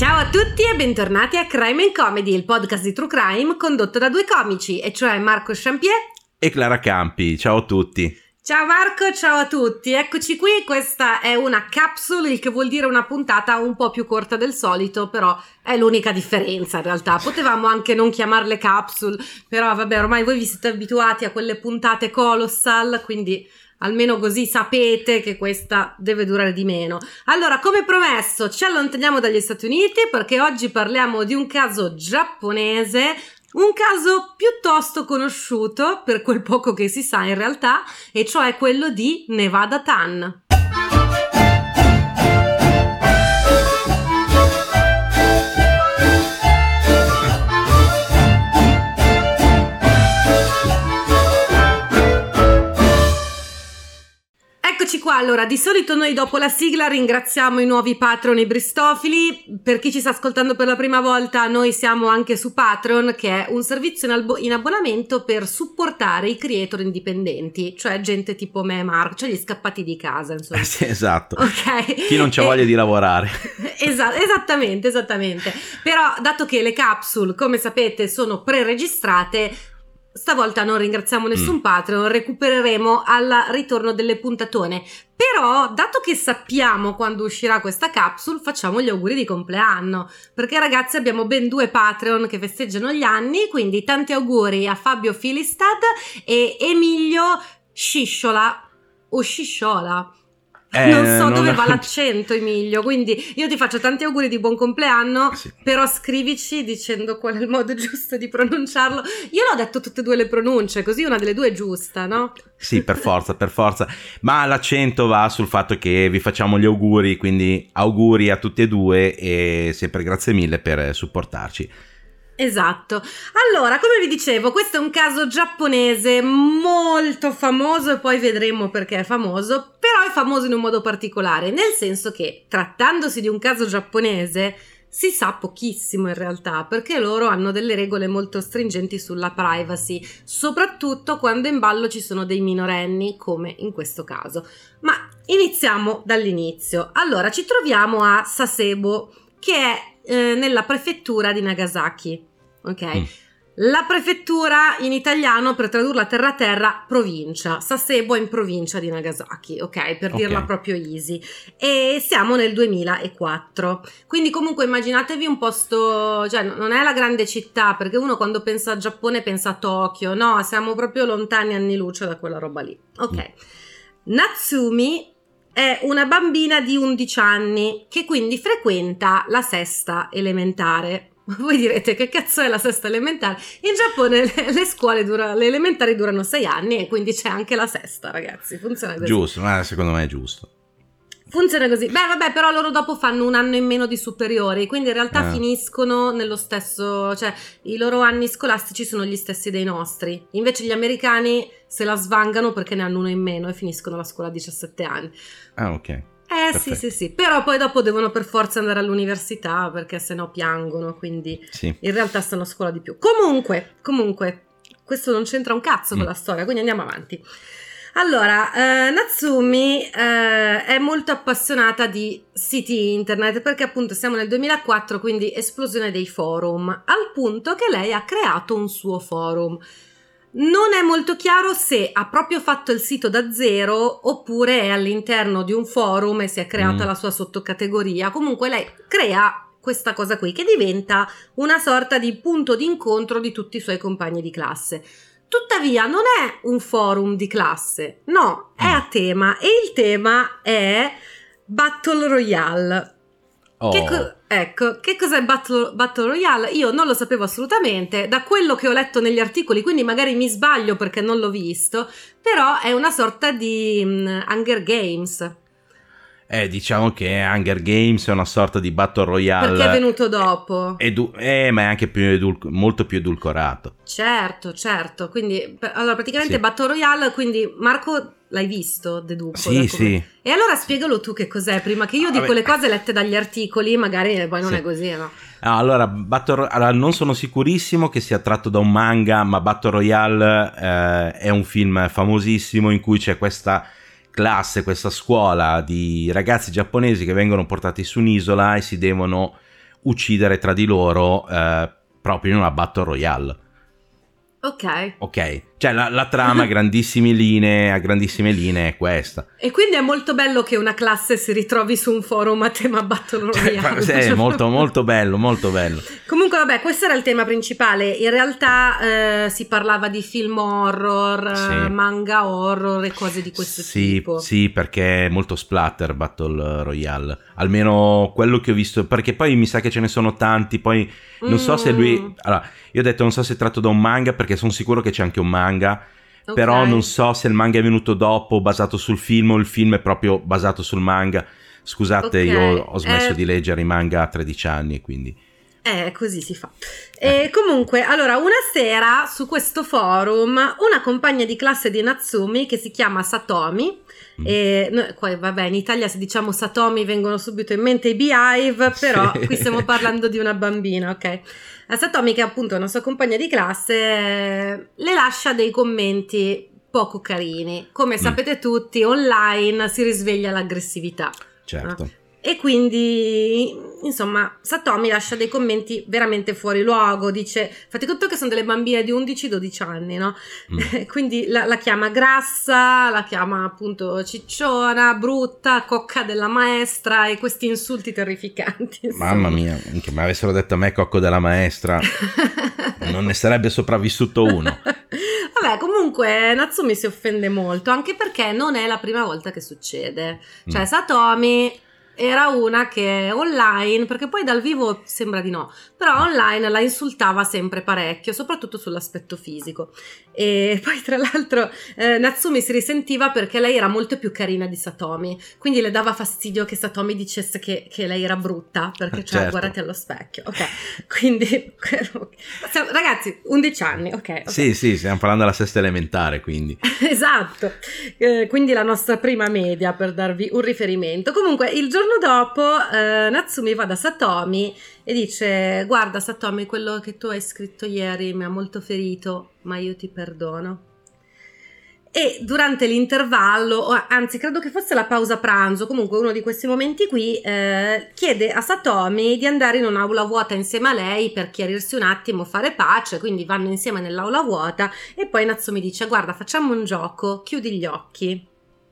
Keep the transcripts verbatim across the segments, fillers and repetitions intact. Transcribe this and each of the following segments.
Ciao a tutti e bentornati a Crime and Comedy, il podcast di True Crime condotto da due comici, e cioè Marco Champier e Clara Campi. Ciao a tutti. Ciao Marco, ciao a tutti, eccoci qui. Questa è una capsule, il che vuol dire una puntata un po' più corta del solito, però è l'unica differenza in realtà. Potevamo anche non chiamarle capsule, però vabbè, ormai voi vi siete abituati a quelle puntate colossal, quindi almeno così sapete che questa deve durare di meno. Allora, come promesso, ci allontaniamo dagli Stati Uniti perché oggi parliamo di un caso giapponese, un caso piuttosto conosciuto per quel poco che si sa in realtà, e cioè quello di Nevada Tan. Eccoci qua, allora di solito noi dopo la sigla ringraziamo i nuovi patron e bristofili. Per chi ci sta ascoltando per la prima volta, noi siamo anche su Patreon, che è un servizio in, albo- in abbonamento per supportare i creator indipendenti, cioè gente tipo me e Marco, cioè gli scappati di casa insomma. Eh sì, esatto, okay. Chi non c'ha e... voglia di lavorare. Esa- esattamente, esattamente. Però dato che le capsule, come sapete, sono pre-registrate, stavolta non ringraziamo nessun mm. Patreon, recupereremo al ritorno delle puntatone. Però, dato che sappiamo quando uscirà questa capsule, facciamo gli auguri di compleanno, perché ragazzi abbiamo ben due Patreon che festeggiano gli anni, quindi tanti auguri a Fabio Filistad e Emilio Scisciola o Scisciola. Eh, non so non dove la... va l'accento, Emilio, quindi io ti faccio tanti auguri di buon compleanno, sì. Però scrivici dicendo qual è il modo giusto di pronunciarlo. Io l'ho detto tutte e due le pronunce, così una delle due è giusta, no? Sì, per forza, per forza, ma l'accento va sul fatto che vi facciamo gli auguri, quindi auguri a tutti e due e sempre grazie mille per supportarci. Esatto. Allora, come vi dicevo, questo è un caso giapponese molto famoso e poi vedremo perché è famoso, però è famoso in un modo particolare, nel senso che trattandosi di un caso giapponese si sa pochissimo in realtà, perché loro hanno delle regole molto stringenti sulla privacy, soprattutto quando in ballo ci sono dei minorenni, come in questo caso. Ma iniziamo dall'inizio. Allora, ci troviamo a Sasebo, che è eh, nella prefettura di Nagasaki. Ok, mm. La prefettura in italiano, per tradurla terra a terra, provincia. Sasebo è in provincia di Nagasaki, ok, per dirla okay. proprio easy. E siamo nel duemilaquattro, quindi comunque immaginatevi un posto, cioè non è la grande città, perché uno quando pensa a Giappone pensa a Tokyo, no, siamo proprio lontani anni luce da quella roba lì. Ok, mm. Natsumi è una bambina di undici anni che quindi frequenta la sesta elementare. Voi direte che cazzo è la sesta elementare? In Giappone le, le scuole dura, le elementari durano sei anni e quindi c'è anche la sesta, ragazzi, funziona così. Giusto, ma secondo me è giusto. Funziona così. Beh, vabbè, però loro dopo fanno un anno in meno di superiori, quindi in realtà eh. finiscono nello stesso, cioè i loro anni scolastici sono gli stessi dei nostri. Invece gli americani se la svangano perché ne hanno uno in meno e finiscono la scuola a diciassette anni. Ah, ok. Eh Perfetto. sì sì sì, però poi dopo devono per forza andare all'università perché sennò piangono, quindi sì. In realtà stanno a scuola di più. Comunque, comunque, questo non c'entra un cazzo mm. con la storia, quindi andiamo avanti. Allora, eh, Natsumi eh, è molto appassionata di siti internet perché appunto siamo nel duemilaquattro, quindi esplosione dei forum, al punto che lei ha creato un suo forum. Non è molto chiaro se ha proprio fatto il sito da zero oppure è all'interno di un forum e si è creata mm. la sua sottocategoria. Comunque lei crea questa cosa qui che diventa una sorta di punto di incontro di tutti i suoi compagni di classe. Tuttavia non è un forum di classe, no, è a tema e il tema è Battle Royale. Oh. Che co- ecco, che cos'è Battle, Battle Royale? Io non lo sapevo assolutamente, da quello che ho letto negli articoli, quindi magari mi sbaglio perché non l'ho visto, però è una sorta di um, Hunger Games. Eh, diciamo che Hunger Games è una sorta di Battle Royale. Perché è venuto dopo. Edu- eh, ma è anche più edul- molto più edulcorato. Certo, certo. Quindi, allora, praticamente sì. Battle Royale, quindi Marco l'hai visto, deduco. Sì, sì. E allora spiegalo tu che cos'è, prima che io dico Vabbè. le cose lette dagli articoli, magari poi non sì. è così, no? Allora, Battle Ro- allora, non sono sicurissimo che sia tratto da un manga, ma Battle Royale eh, è un film famosissimo in cui c'è questa classe, questa scuola di ragazzi giapponesi che vengono portati su un'isola e si devono uccidere tra di loro eh, proprio in una battle royale. Ok. Ok, cioè la, la trama a grandissime linee, a grandissime linee è questa. E quindi è molto bello che una classe si ritrovi su un forum a tema Battle Royale. Cioè, è molto molto bello, molto bello. Comunque vabbè, questo era il tema principale. In realtà eh, si parlava di film horror, Sì. manga horror e cose di questo Sì, tipo. sì, perché è molto splatter Battle Royale. Almeno quello che ho visto, perché poi mi sa che ce ne sono tanti, poi non so se lui... Allora, io ho detto non so se è tratto da un manga, perché sono sicuro che c'è anche un manga, Ok. però non so se il manga è venuto dopo, basato sul film, o il film è proprio basato sul manga. Scusate, Ok, io ho smesso eh, di leggere i manga a tredici anni, quindi... Eh, così si fa. E comunque, allora, una sera su questo forum, una compagna di classe di Natsumi che si chiama Satomi, Mm. e noi, poi vabbè, in Italia se diciamo Satomi vengono subito in mente i Beehive, però Sì. qui stiamo parlando di una bambina, ok? La Satomi, che appunto è una sua compagna di classe, eh, le lascia dei commenti poco carini. Come sapete tutti, online si risveglia l'aggressività. Certo. no? E quindi, insomma, Satomi lascia dei commenti veramente fuori luogo, dice, fate conto che sono delle bambine di undici dodici anni, no? Mm. Quindi la, la chiama grassa, la chiama appunto cicciona, brutta, cocca della maestra e questi insulti terrificanti. insomma. Mamma mia, che mi avessero detto a me cocco della maestra, non ne sarebbe sopravvissuto uno. Vabbè, comunque Natsumi si offende molto, anche perché non è la prima volta che succede. Cioè, Mm. Satomi era una che online, perché poi dal vivo sembra di no, però online la insultava sempre parecchio, soprattutto sull'aspetto fisico. E poi tra l'altro eh, Natsumi si risentiva perché lei era molto più carina di Satomi, quindi le dava fastidio che Satomi dicesse che, che lei era brutta, perché cioè Certo. guardate allo specchio, ok? Quindi ragazzi, undici anni, ok? ok. Sì, sì, stiamo parlando della sesta elementare, quindi. Esatto, eh, quindi la nostra prima media per darvi un riferimento. Comunque il giorno dopo eh, Natsumi va da Satomi e dice: guarda Satomi, quello che tu hai scritto ieri mi ha molto ferito, ma io ti perdono. E durante l'intervallo, o anzi credo che fosse la pausa pranzo, comunque uno di questi momenti qui, eh, chiede a Satomi di andare in un'aula vuota insieme a lei per chiarirsi un attimo, fare pace, quindi vanno insieme nell'aula vuota e poi Natsumi dice: guarda, facciamo un gioco, chiudi gli occhi.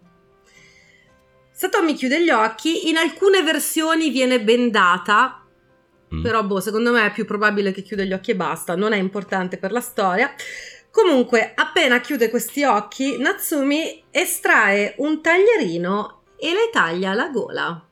Satomi chiude gli occhi, in alcune versioni viene bendata, Mm. però boh, secondo me è più probabile che chiude gli occhi e basta, non è importante per la storia. Comunque, appena chiude questi occhi, Natsumi estrae un taglierino e le taglia la gola.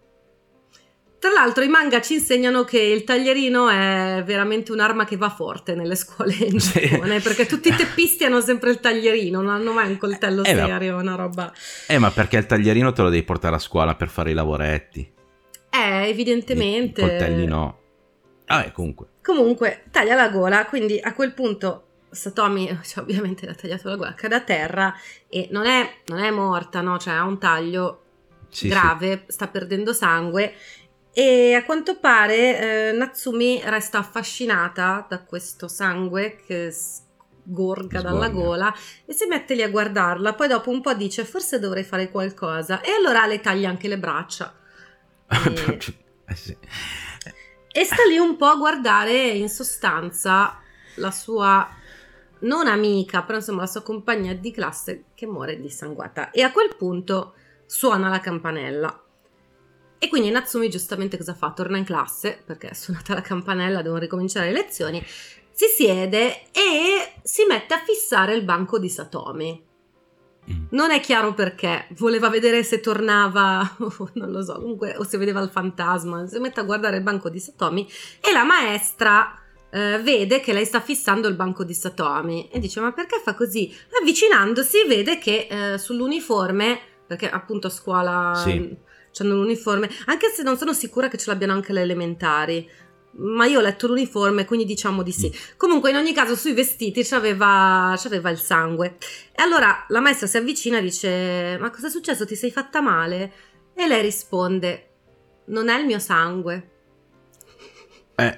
Tra l'altro i manga ci insegnano che il taglierino è veramente un'arma che va forte nelle scuole in Sì. Giappone, perché tutti i teppisti hanno sempre il taglierino, non hanno mai un coltello Eh, ma- serio, una roba... Eh, ma perché il taglierino te lo devi portare a scuola per fare i lavoretti? Eh, evidentemente... I coltelli no. Ah, eh, comunque. Comunque, taglia la gola, quindi a quel punto Satomi, cioè, ovviamente le ha tagliato la gola, cade a terra e non è, non è morta, no? Cioè ha un taglio Sì, grave, sta perdendo sangue e a quanto pare eh, Natsumi resta affascinata da questo sangue che sgorga Sgorga. dalla gola e si mette lì a guardarla, poi dopo un po' dice forse dovrei fare qualcosa e allora le taglia anche le braccia. E... sì. Eh, sì. E sta lì un po' a guardare in sostanza la sua non amica, però insomma la sua compagna di classe che muore dissanguata. E a quel punto suona la campanella. E quindi Natsumi giustamente cosa fa? Torna in classe, perché è suonata la campanella, devono ricominciare le lezioni, si siede e si mette a fissare il banco di Satomi. Mm. Non è chiaro perché, voleva vedere se tornava, non lo so, comunque, o se vedeva il fantasma, si mette a guardare il banco di Satomi e la maestra eh, vede che lei sta fissando il banco di Satomi e dice ma perché fa così? Avvicinandosi vede che eh, sull'uniforme, perché appunto a scuola Sì. c'hanno l'uniforme, anche se non sono sicura che ce l'abbiano anche le elementari, ma io ho letto l'uniforme, quindi diciamo di sì. Mm. Comunque in ogni caso sui vestiti c'aveva, c'aveva il sangue. E allora la maestra si avvicina e dice ma cosa è successo? Ti sei fatta male? E lei risponde non è il mio sangue. Eh.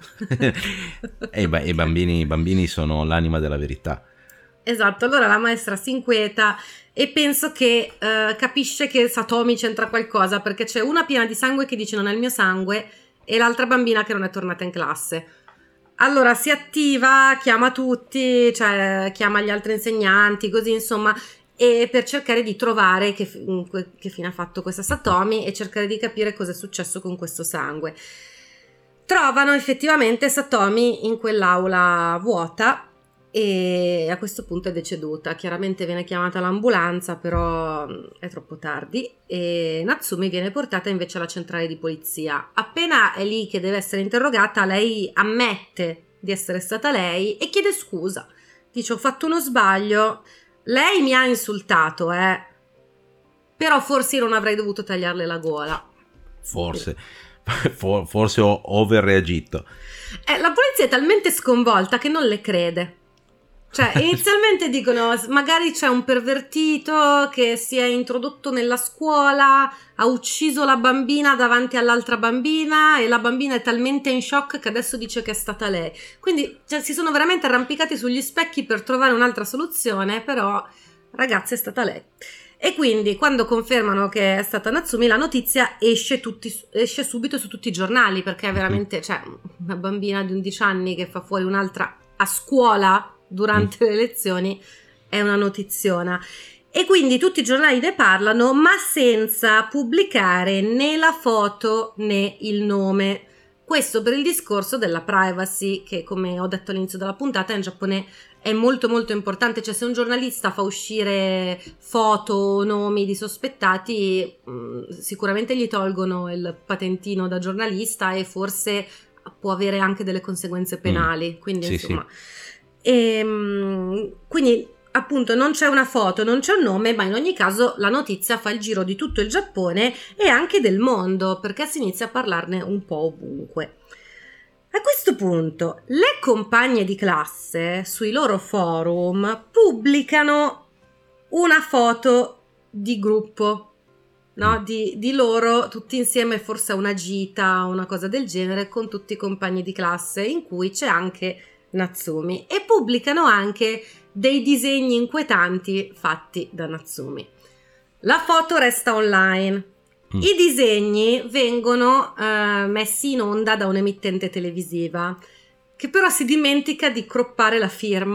E i, ba- i bambini, i bambini sono l'anima della verità. Esatto, allora la maestra si inquieta e penso che eh, capisce che Satomi c'entra qualcosa, perché c'è una piena di sangue che dice non è il mio sangue e l'altra bambina che non è tornata in classe. Allora si attiva, chiama tutti, cioè chiama gli altri insegnanti, così insomma, e per cercare di trovare che, che fine ha fatto questa Satomi e cercare di capire cosa è successo con questo sangue. Trovano effettivamente Satomi in quell'aula vuota e a questo punto è deceduta. Chiaramente viene chiamata l'ambulanza, però è troppo tardi e Natsumi viene portata invece alla centrale di polizia. Appena è lì che deve essere interrogata, lei ammette di essere stata lei e chiede scusa. Dice: ho fatto uno sbaglio, lei mi ha insultato, eh, però forse io non avrei dovuto tagliarle la gola. Forse, For- forse ho overreagito. Eh, la polizia è talmente sconvolta che non le crede. Cioè, inizialmente dicono magari c'è un pervertito che si è introdotto nella scuola, ha ucciso la bambina davanti all'altra bambina e la bambina è talmente in shock che adesso dice che è stata lei. Quindi cioè, si sono veramente arrampicati sugli specchi per trovare un'altra soluzione, però ragazzi è stata lei. E quindi quando confermano che è stata Natsumi, la notizia esce, tutti, esce subito su tutti i giornali, perché è veramente, cioè, una bambina di undici anni che fa fuori un'altra a scuola durante le lezioni è una notiziona. E quindi tutti i giornali ne parlano, ma senza pubblicare né la foto né il nome. Questo per il discorso della privacy, che come ho detto all'inizio della puntata in Giappone è molto molto importante. Cioè se un giornalista fa uscire foto o nomi di sospettati, mh, sicuramente gli tolgono il patentino da giornalista e forse può avere anche delle conseguenze penali. Mm. Quindi sì, insomma... Sì. E, quindi appunto non c'è una foto, non c'è un nome, ma in ogni caso la notizia fa il giro di tutto il Giappone e anche del mondo, perché si inizia a parlarne un po' ovunque. A questo punto le compagne di classe sui loro forum pubblicano una foto di gruppo, no? Di, di loro tutti insieme, forse a una gita o una cosa del genere, con tutti i compagni di classe, in cui c'è anche Natsumi, e pubblicano anche dei disegni inquietanti fatti da Natsumi. La foto resta online, mm. i disegni vengono eh, messi in onda da un'emittente televisiva che però si dimentica di croppare la firma.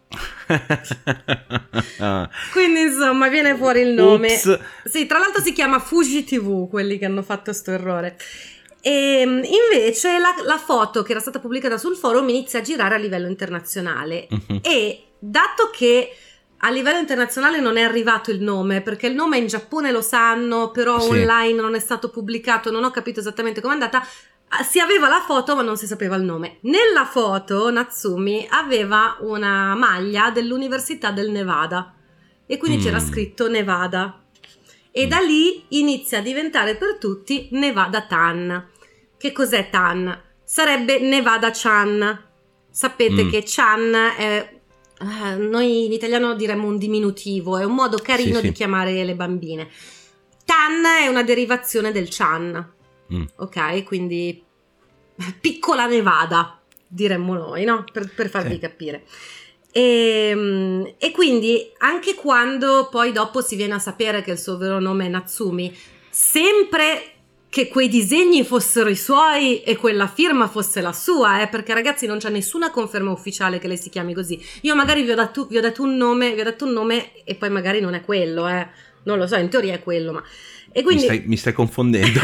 Quindi insomma viene fuori il nome. Ups. Sì, tra l'altro si chiama Fuji tivù quelli che hanno fatto sto errore. E invece la, la foto che era stata pubblicata sul forum inizia a girare a livello internazionale. Uh-huh. E dato che a livello internazionale non è arrivato il nome, perché il nome in Giappone lo sanno, però sì. Online non è stato pubblicato, non ho capito esattamente com'è andata, si aveva la foto ma non si sapeva il nome. Nella foto Natsumi aveva una maglia dell'Università del Nevada e quindi mm. c'era scritto Nevada. E da lì inizia a diventare per tutti Nevada Tan. Che cos'è Tan? Sarebbe Nevada Chan. Sapete mm. che Chan è, eh, noi in italiano diremmo un diminutivo, è un modo carino sì, di sì. chiamare le bambine. Tan è una derivazione del Chan. Mm. Ok, quindi piccola Nevada, diremmo noi, no? Per, per farvi sì. capire. E, e quindi anche quando poi dopo si viene a sapere che il suo vero nome è Natsumi, sempre che quei disegni fossero i suoi e quella firma fosse la sua, eh, perché ragazzi non c'è nessuna conferma ufficiale che lei si chiami così. Io magari vi ho dato, vi ho dato un nome, vi ho dato un nome e poi magari non è quello, eh. Non lo so, in teoria è quello, ma... E quindi... mi, stai, mi stai confondendo.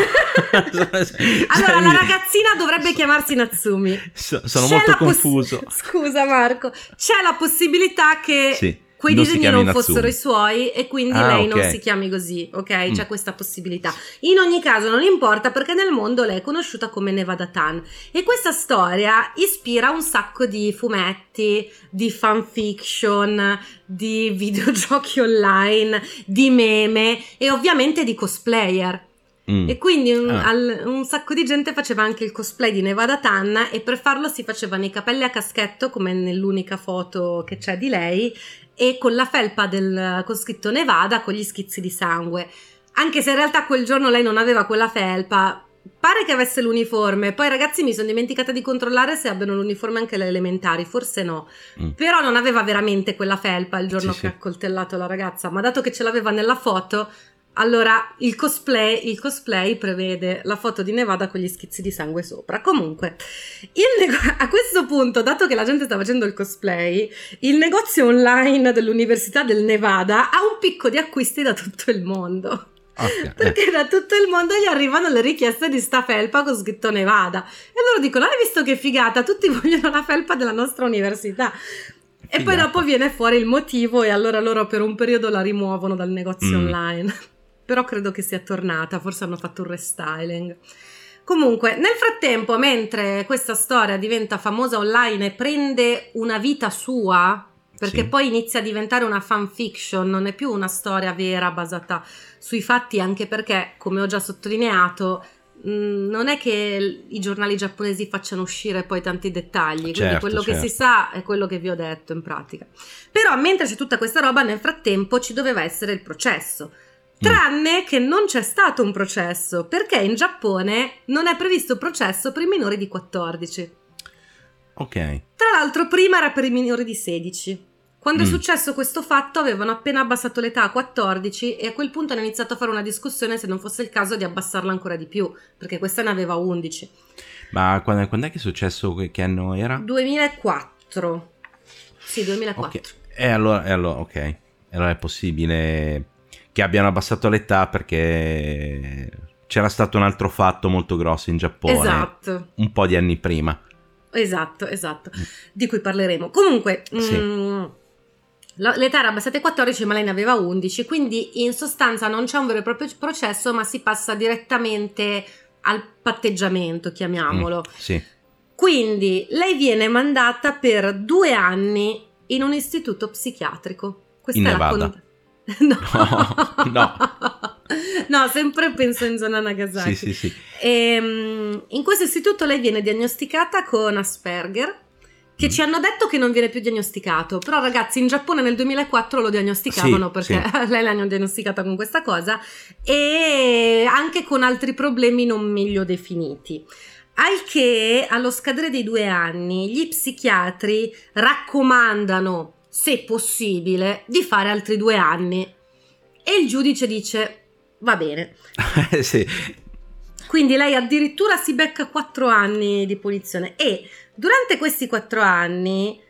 Allora la ragazzina dovrebbe chiamarsi Natsumi. So, sono c'è molto confuso. Poss- Scusa Marco, c'è la possibilità che sì, quei non disegni non Natsumi. Fossero i suoi e quindi ah, lei okay. non si chiami così, ok? Mm. C'è questa possibilità. In ogni caso non importa, perché nel mondo lei è conosciuta come Nevada Tan e questa storia ispira un sacco di fumetti, di fanfiction, di videogiochi online, di meme e ovviamente di cosplayer. Mm. E quindi un, ah. al, un sacco di gente faceva anche il cosplay di Nevada Tan e per farlo si facevano i capelli a caschetto come nell'unica foto che c'è di lei e con la felpa del, con scritto Nevada con gli schizzi di sangue, anche se in realtà quel giorno lei non aveva quella felpa. Pare che avesse l'uniforme, poi ragazzi mi sono dimenticata di controllare se abbiano l'uniforme anche le elementari, forse no, mm. però non aveva veramente quella felpa il giorno sì, che sì. ha accoltellato la ragazza, ma dato che ce l'aveva nella foto Allora, il cosplay, il cosplay prevede la foto di Nevada con gli schizzi di sangue sopra. Comunque, il nego- a questo punto, dato che la gente sta facendo il cosplay, il negozio online dell'Università del Nevada ha un picco di acquisti da tutto il mondo. Okay, perché eh. da tutto il mondo gli arrivano le richieste di sta felpa con scritto Nevada. E loro dicono, hai visto che figata? Tutti vogliono la felpa della nostra università. Figata. E poi dopo viene fuori il motivo e allora loro per un periodo la rimuovono dal negozio mm. online. Però credo che sia tornata, forse hanno fatto un restyling. Comunque, nel frattempo, mentre questa storia diventa famosa online e prende una vita sua, perché sì. poi inizia a diventare una fanfiction, non è più una storia vera basata sui fatti, anche perché, come ho già sottolineato, mh, non è che i giornali giapponesi facciano uscire poi tanti dettagli, quindi certo, quello certo. che si sa è quello che vi ho detto in pratica. Però mentre c'è tutta questa roba, nel frattempo ci doveva essere il processo. Tranne che non c'è stato un processo, perché in Giappone non è previsto processo per i minori di quattordici. Ok. Tra l'altro prima era per i minori di sedici. Quando mm. è successo questo fatto avevano appena abbassato l'età a quattordici e a quel punto hanno iniziato a fare una discussione se non fosse il caso di abbassarla ancora di più, perché questa ne aveva undici. Ma quando, quando è che è successo? Che anno era? duemilaquattro. Sì, duemilaquattro. Okay. E allora, e allora, ok. Allora è possibile che abbiano abbassato l'età perché c'era stato un altro fatto molto grosso in Giappone. Esatto. Un po' di anni prima. Esatto, esatto. Di cui parleremo. Comunque, sì. mh, l'età era abbassata ai quattordici, ma lei ne aveva undici, quindi in sostanza non c'è un vero e proprio processo, ma si passa direttamente al patteggiamento, chiamiamolo. Mm, sì. Quindi lei viene mandata per due anni in un istituto psichiatrico. Questa in è Nevada. la con... No. no, no. No, sempre penso in zona Nagasaki. Sì, sì, sì. E, in questo istituto lei viene diagnosticata con Asperger, che mm. ci hanno detto che non viene più diagnosticato, però ragazzi in Giappone nel duemilaquattro lo diagnosticavano, sì, perché sì. lei l'hanno diagnosticata con questa cosa e anche con altri problemi non meglio definiti. Al che allo scadere dei due anni gli psichiatri raccomandano, se possibile, di fare altri due anni e il giudice dice va bene. Sì. Quindi lei addirittura si becca quattro anni di punizione e durante questi quattro anni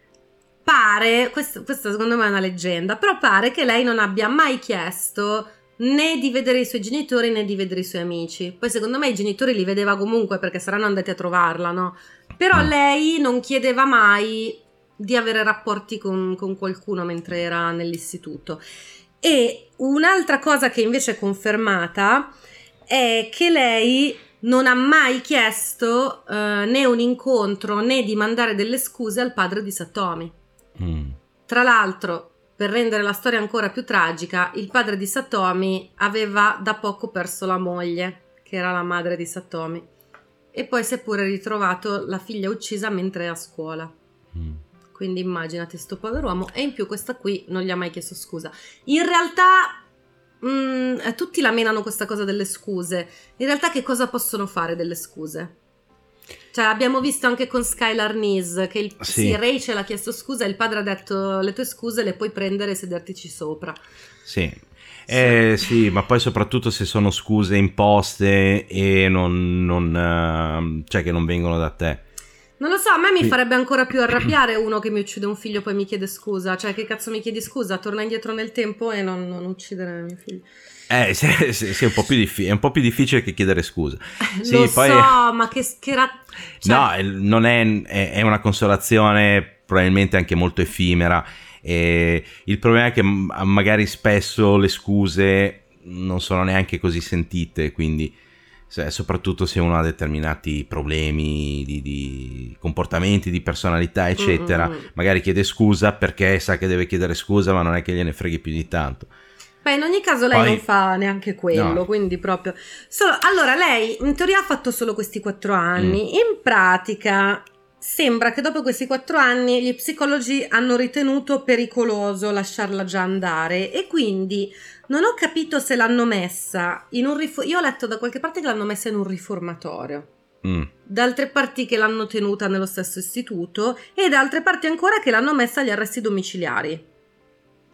pare, questo, questa secondo me è una leggenda, però pare che lei non abbia mai chiesto né di vedere i suoi genitori né di vedere i suoi amici. Poi secondo me i genitori li vedeva comunque perché saranno andati a trovarla, no? Però mm. lei non chiedeva mai di avere rapporti con, con qualcuno mentre era nell'istituto. E un'altra cosa che invece è confermata è che lei non ha mai chiesto uh, né un incontro né di mandare delle scuse al padre di Satomi. Mm. Tra l'altro, per rendere la storia ancora più tragica, il padre di Satomi aveva da poco perso la moglie, che era la madre di Satomi, e poi si è pure ritrovato la figlia uccisa mentre è a scuola. Mm. Quindi immaginati sto pover'uomo, e in più questa qui non gli ha mai chiesto scusa. In realtà mh, tutti la menano questa cosa delle scuse. In realtà che cosa possono fare delle scuse? Cioè abbiamo visto anche con Skylar Neese che il, sì. sì, Rachel ha chiesto scusa e il padre ha detto le tue scuse le puoi prendere e sedertici sopra. Sì. Eh, sì, ma poi soprattutto se sono scuse imposte e non, non uh, cioè che non vengono da te. Non lo so, a me mi farebbe ancora più arrabbiare uno che mi uccide un figlio e poi mi chiede scusa. Cioè, che cazzo mi chiedi scusa? Torna indietro nel tempo e non, non uccidere mio figlio. Eh, sì, sì, sì, è un po' più difficile, è un po' più difficile che chiedere scusa. Sì, lo poi... so, ma che, che ra... cioè... No, non è, è, è una consolazione probabilmente anche molto effimera. E il problema è che magari spesso le scuse non sono neanche così sentite, quindi... soprattutto se uno ha determinati problemi di, di comportamenti, di personalità eccetera, mm-hmm. magari chiede scusa perché sa che deve chiedere scusa, ma non è che gliene freghi più di tanto. Beh, in ogni caso lei Poi, non fa neanche quello, no. Quindi proprio solo... allora lei in teoria ha fatto solo questi quattro anni, mm. in pratica sembra che dopo questi quattro anni gli psicologi hanno ritenuto pericoloso lasciarla già andare e quindi non ho capito se l'hanno messa in un rifo- io ho letto da qualche parte che l'hanno messa in un riformatorio, mm. da altre parti che l'hanno tenuta nello stesso istituto e da altre parti ancora che l'hanno messa agli arresti domiciliari.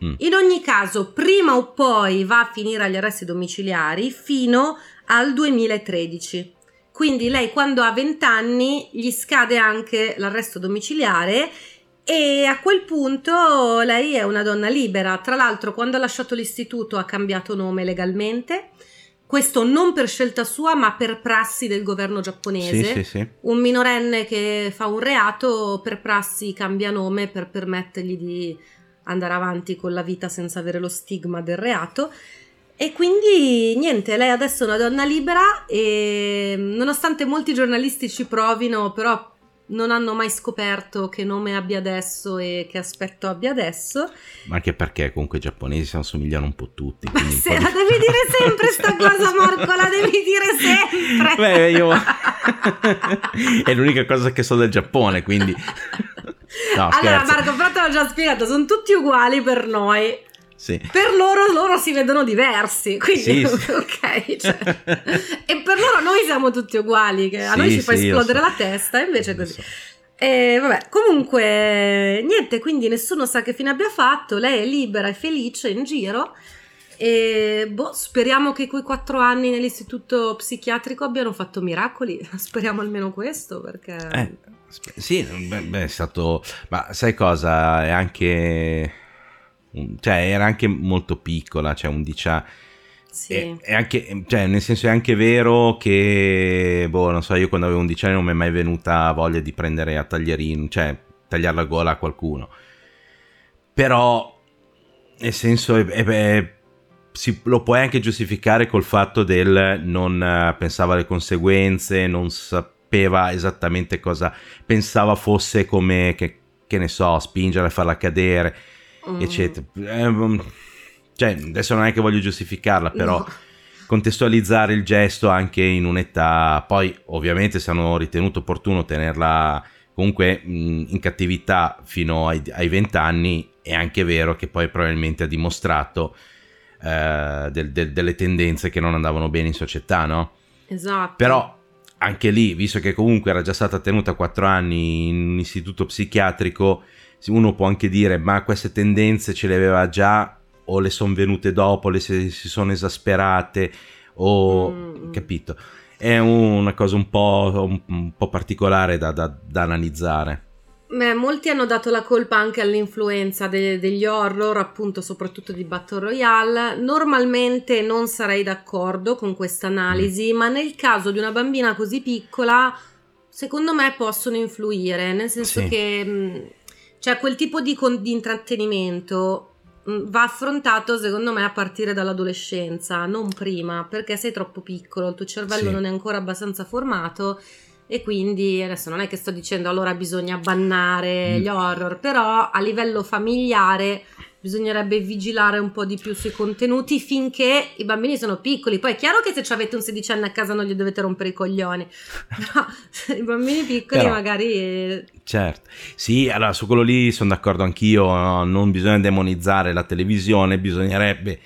Mm. In ogni caso, prima o poi va a finire agli arresti domiciliari fino al duemilatredici. Quindi lei, quando ha venti anni, gli scade anche l'arresto domiciliare e a quel punto lei è una donna libera. Tra l'altro, quando ha lasciato l'istituto ha cambiato nome legalmente. Questo non per scelta sua, ma per prassi del governo giapponese. Sì, sì, sì. Un minorenne che fa un reato, per prassi cambia nome per permettergli di andare avanti con la vita senza avere lo stigma del reato. E quindi niente, lei adesso è una donna libera e nonostante molti giornalisti ci provino, però non hanno mai scoperto che nome abbia adesso e che aspetto abbia adesso. Ma anche perché comunque i giapponesi si assomigliano un po' tutti. Ma se la di... devi dire sempre sta cosa, Marco, la devi dire sempre. Beh, io... è l'unica cosa che so del Giappone, quindi... No, allora scherzo. Marco, però te l'ho già spiegato, sono tutti uguali per noi. Sì. Per loro, loro si vedono diversi, quindi sì, sì. ok, cioè. E per loro noi siamo tutti uguali, che a sì, noi ci fa sì, esplodere so. la testa, invece è così. So. E vabbè, comunque niente, quindi nessuno sa che fine abbia fatto, lei è libera e felice in giro e boh, speriamo che quei quattro anni nell'istituto psichiatrico abbiano fatto miracoli, speriamo almeno questo, perché... Eh, sì, beh, beh, è stato... Ma sai cosa, è anche... Cioè era anche molto piccola, cioè undici anni. Sì. È, è anche, cioè nel senso è anche vero che, boh, non so, io quando avevo undici anni non mi è mai venuta voglia di prendere a taglierino, cioè tagliare la gola a qualcuno. Però, nel senso, è, è, è, si, lo puoi anche giustificare col fatto del non uh, pensava alle conseguenze, non sapeva esattamente cosa pensava fosse, come, che, che ne so, spingere a farla cadere, eccetera. Eh, cioè adesso non è che voglio giustificarla, però no. Contestualizzare il gesto anche in un'età, poi ovviamente se hanno ritenuto opportuno tenerla comunque mh, in cattività fino ai vent'anni, è anche vero che poi probabilmente ha dimostrato eh, del, del, delle tendenze che non andavano bene in società, no? Esatto. Però anche lì, visto che comunque era già stata tenuta quattro anni in un istituto psichiatrico, uno può anche dire ma queste tendenze ce le aveva già o le sono venute dopo, le si, si sono esasperate o mm. capito, è una cosa un po', un, un po' particolare da, da, da analizzare. Beh, molti hanno dato la colpa anche all'influenza de- degli horror, appunto soprattutto di Battle Royale. Normalmente non sarei d'accordo con questa analisi, mm. ma nel caso di una bambina così piccola secondo me possono influire, nel senso sì. che mh, cioè quel tipo di, con- di intrattenimento mh, va affrontato secondo me a partire dall'adolescenza, non prima, perché sei troppo piccolo, il tuo cervello sì. non è ancora abbastanza formato e quindi adesso non è che sto dicendo allora bisogna bannare mm. gli horror, però a livello familiare bisognerebbe vigilare un po' di più sui contenuti finché i bambini sono piccoli. Poi è chiaro che se avete un sedicenne a casa non gli dovete rompere i coglioni, però i bambini piccoli però, magari... Certo, sì, allora su quello lì sono d'accordo anch'io, no? Non bisogna demonizzare la televisione, bisognerebbe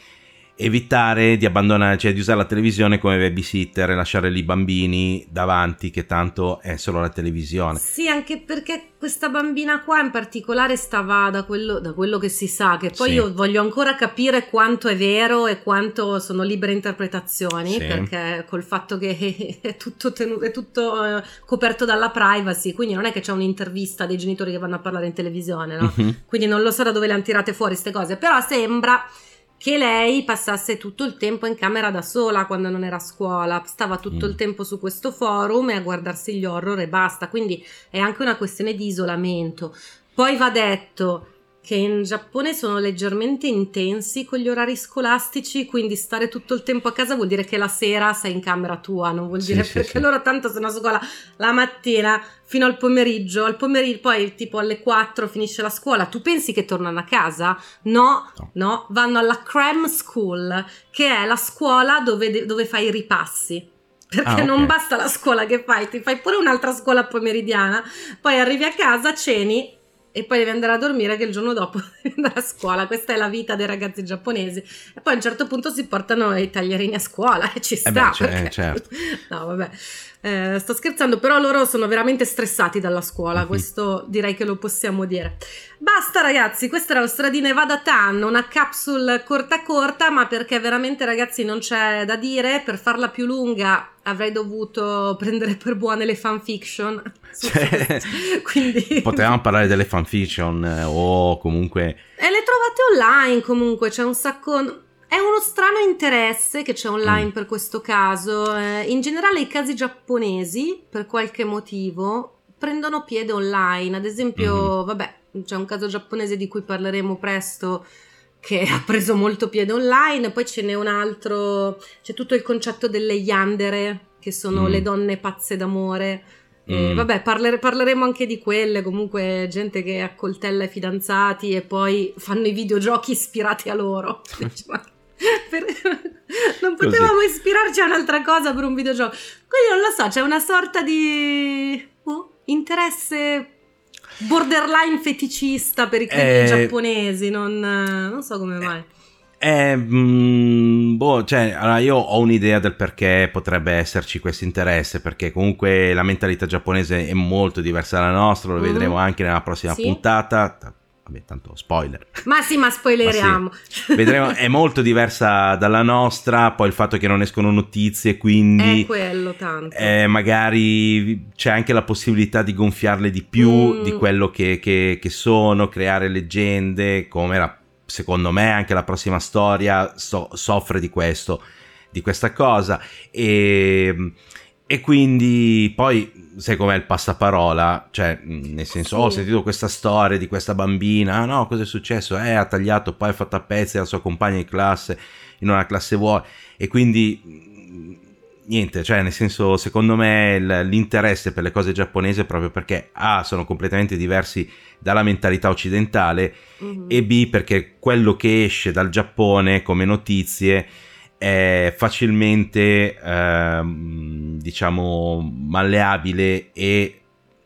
evitare di abbandonare, cioè di usare la televisione come babysitter e lasciare lì i bambini davanti, che tanto è solo la televisione. Sì, anche perché questa bambina qua in particolare stava, da quello, da quello che si sa, che poi sì. io voglio ancora capire quanto è vero e quanto sono libere interpretazioni, sì. perché col fatto che è tutto, tenuto, è tutto eh, coperto dalla privacy, quindi non è che c'è un'intervista dei genitori che vanno a parlare in televisione, no? Mm-hmm. Quindi non lo so da dove le hanno tirate fuori queste cose, però sembra che lei passasse tutto il tempo in camera da sola quando non era a scuola, stava tutto mm. il tempo su questo forum e a guardarsi gli horror e basta, quindi è anche una questione di isolamento. Poi va detto che in Giappone sono leggermente intensi con gli orari scolastici, quindi stare tutto il tempo a casa vuol dire che la sera sei in camera tua, non vuol dire sì, perché sì, loro sì. tanto sono a scuola la mattina fino al pomeriggio, al pomeriggio poi tipo alle quattro finisce la scuola, tu pensi che tornano a casa? No, no, no vanno alla cram school, che è la scuola dove, dove fai i ripassi. Perché ah, okay. non basta la scuola che fai, ti fai pure un'altra scuola pomeridiana, poi arrivi a casa, ceni, e poi devi andare a dormire che il giorno dopo devi andare a scuola. Questa è la vita dei ragazzi giapponesi, e poi a un certo punto si portano i taglierini a scuola e ci sta, eh beh, cioè, perché... certo. no vabbè eh, sto scherzando, però loro sono veramente stressati dalla scuola, questo direi che lo possiamo dire. Basta ragazzi, questa era Ostradina Vada Tan, una capsule corta corta, ma perché veramente ragazzi non c'è da dire. Per farla più lunga avrei dovuto prendere per buone le fanfiction, cioè, quindi potevamo parlare delle fanfiction eh, o comunque e le trovate online, comunque c'è un sacco. È uno strano interesse che c'è online mm. per questo caso. Eh, in generale i casi giapponesi, per qualche motivo, prendono piede online. Ad esempio, mm-hmm. vabbè, c'è un caso giapponese di cui parleremo presto che ha preso molto piede online. Poi ce n'è un altro, c'è tutto il concetto delle yandere, che sono mm. le donne pazze d'amore. Eh, mm. Vabbè, parlere, parleremo anche di quelle. Comunque gente che accoltella i fidanzati e poi fanno i videogiochi ispirati a loro. Per... non potevamo Così. ispirarci a un'altra cosa per un videogioco, quindi non lo so, c'è una sorta di oh, interesse borderline feticista per i clienti eh... giapponesi, non, non so come mai. Eh, mh, boh, cioè, allora io ho un'idea del perché potrebbe esserci questo interesse, perché comunque la mentalità giapponese è molto diversa dalla nostra, lo mm. vedremo anche nella prossima sì. puntata. Vabbè, tanto spoiler. Ma sì, ma spoileriamo. Ma sì. Vedremo, è molto diversa dalla nostra, poi il fatto che non escono notizie, quindi... È quello, tanto. Eh, magari c'è anche la possibilità di gonfiarle di più mm. di quello che, che, che sono, creare leggende, come la, secondo me anche la prossima storia so, soffre di questo, di questa cosa, e... E quindi poi sai com'è il passaparola, cioè nel senso sì. oh, ho sentito questa storia di questa bambina, ah no, cosa è successo? Eh, ha tagliato, poi ha fatto a pezzi la sua compagna di classe in una classe vuota, e quindi niente, cioè nel senso secondo me l'interesse per le cose giapponesi è proprio perché A, sono completamente diversi dalla mentalità occidentale mm-hmm. e B, perché quello che esce dal Giappone come notizie è facilmente ehm, diciamo malleabile e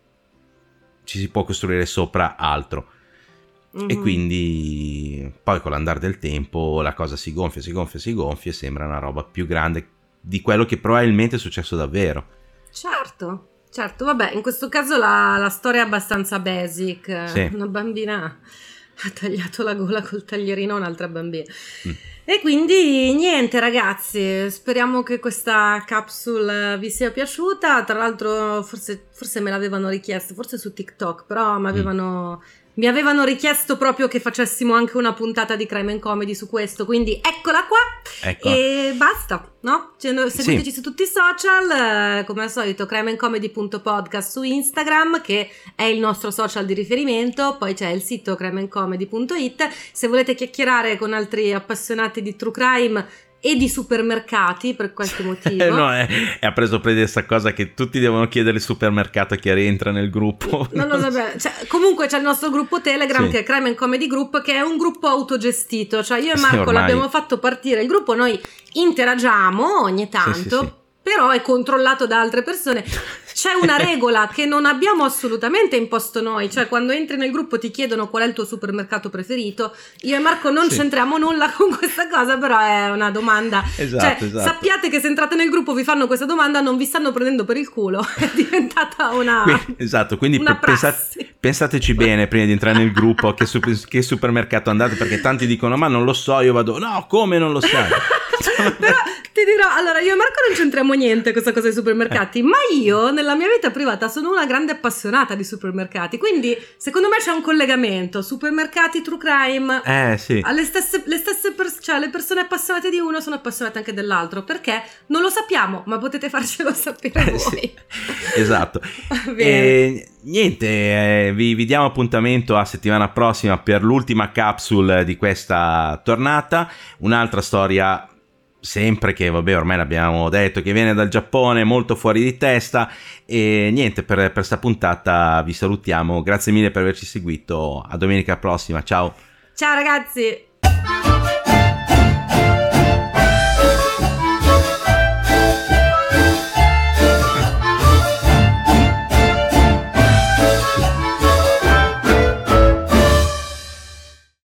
ci si può costruire sopra altro mm-hmm. e quindi poi con l'andare del tempo la cosa si gonfia, si gonfia, si gonfia e sembra una roba più grande di quello che probabilmente è successo davvero. Certo, certo, vabbè, in questo caso la, la storia è abbastanza basic, sì. Una bambina ha tagliato la gola col taglierino a un'altra bambina mm. E quindi niente ragazzi, speriamo che questa capsule vi sia piaciuta. Tra l'altro forse, forse me l'avevano richiesto, forse su TikTok, però mi avevano, mm. mi avevano richiesto proprio che facessimo anche una puntata di Crime and Comedy su questo, quindi eccola qua, ecco. E basta, no? Cioè, seguiteci sì. su tutti i social, eh, come al solito crime and comedy punto podcast su Instagram, che è il nostro social di riferimento, poi c'è il sito crime and comedy punto it. Se volete chiacchierare con altri appassionati di true crime e di supermercati per qualche motivo. no, è, è ha preso prede questa cosa che tutti devono chiedere il supermercato a chi rientra nel gruppo. Non lo sapevo. Cioè, comunque c'è il nostro gruppo Telegram sì. che è Crime and Comedy Group, che è un gruppo autogestito. Cioè io e Marco sì, l'abbiamo fatto partire il gruppo, noi interagiamo ogni tanto, sì, sì, sì. però è controllato da altre persone. C'è una regola che non abbiamo assolutamente imposto noi, cioè quando entri nel gruppo ti chiedono qual è il tuo supermercato preferito. Io e Marco non sì. c'entriamo nulla con questa cosa, però è una domanda. Esatto, cioè, esatto. Sappiate che se entrate nel gruppo vi fanno questa domanda, non vi stanno prendendo per il culo, è diventata una quindi, esatto, quindi una pensate, pensateci bene prima di entrare nel gruppo che, super, che supermercato andate, perché tanti dicono ma non lo so, io vado, no, come non lo sai? Però ti dirò, allora io e Marco non c'entriamo niente con questa cosa dei supermercati, eh. ma io nella mia vita privata sono una grande appassionata di supermercati, quindi secondo me c'è un collegamento, supermercati, true crime, eh sì, alle stesse, le stesse pers- cioè le persone appassionate di uno sono appassionate anche dell'altro, perché non lo sappiamo, ma potete farcelo sapere eh, voi. Sì. Esatto. E niente, eh, vi, vi diamo appuntamento a settimana prossima per l'ultima capsule di questa tornata, un'altra storia sempre che vabbè ormai l'abbiamo detto che viene dal Giappone, molto fuori di testa. E niente, per, per sta puntata vi salutiamo, grazie mille per averci seguito, a domenica prossima, ciao ciao ragazzi.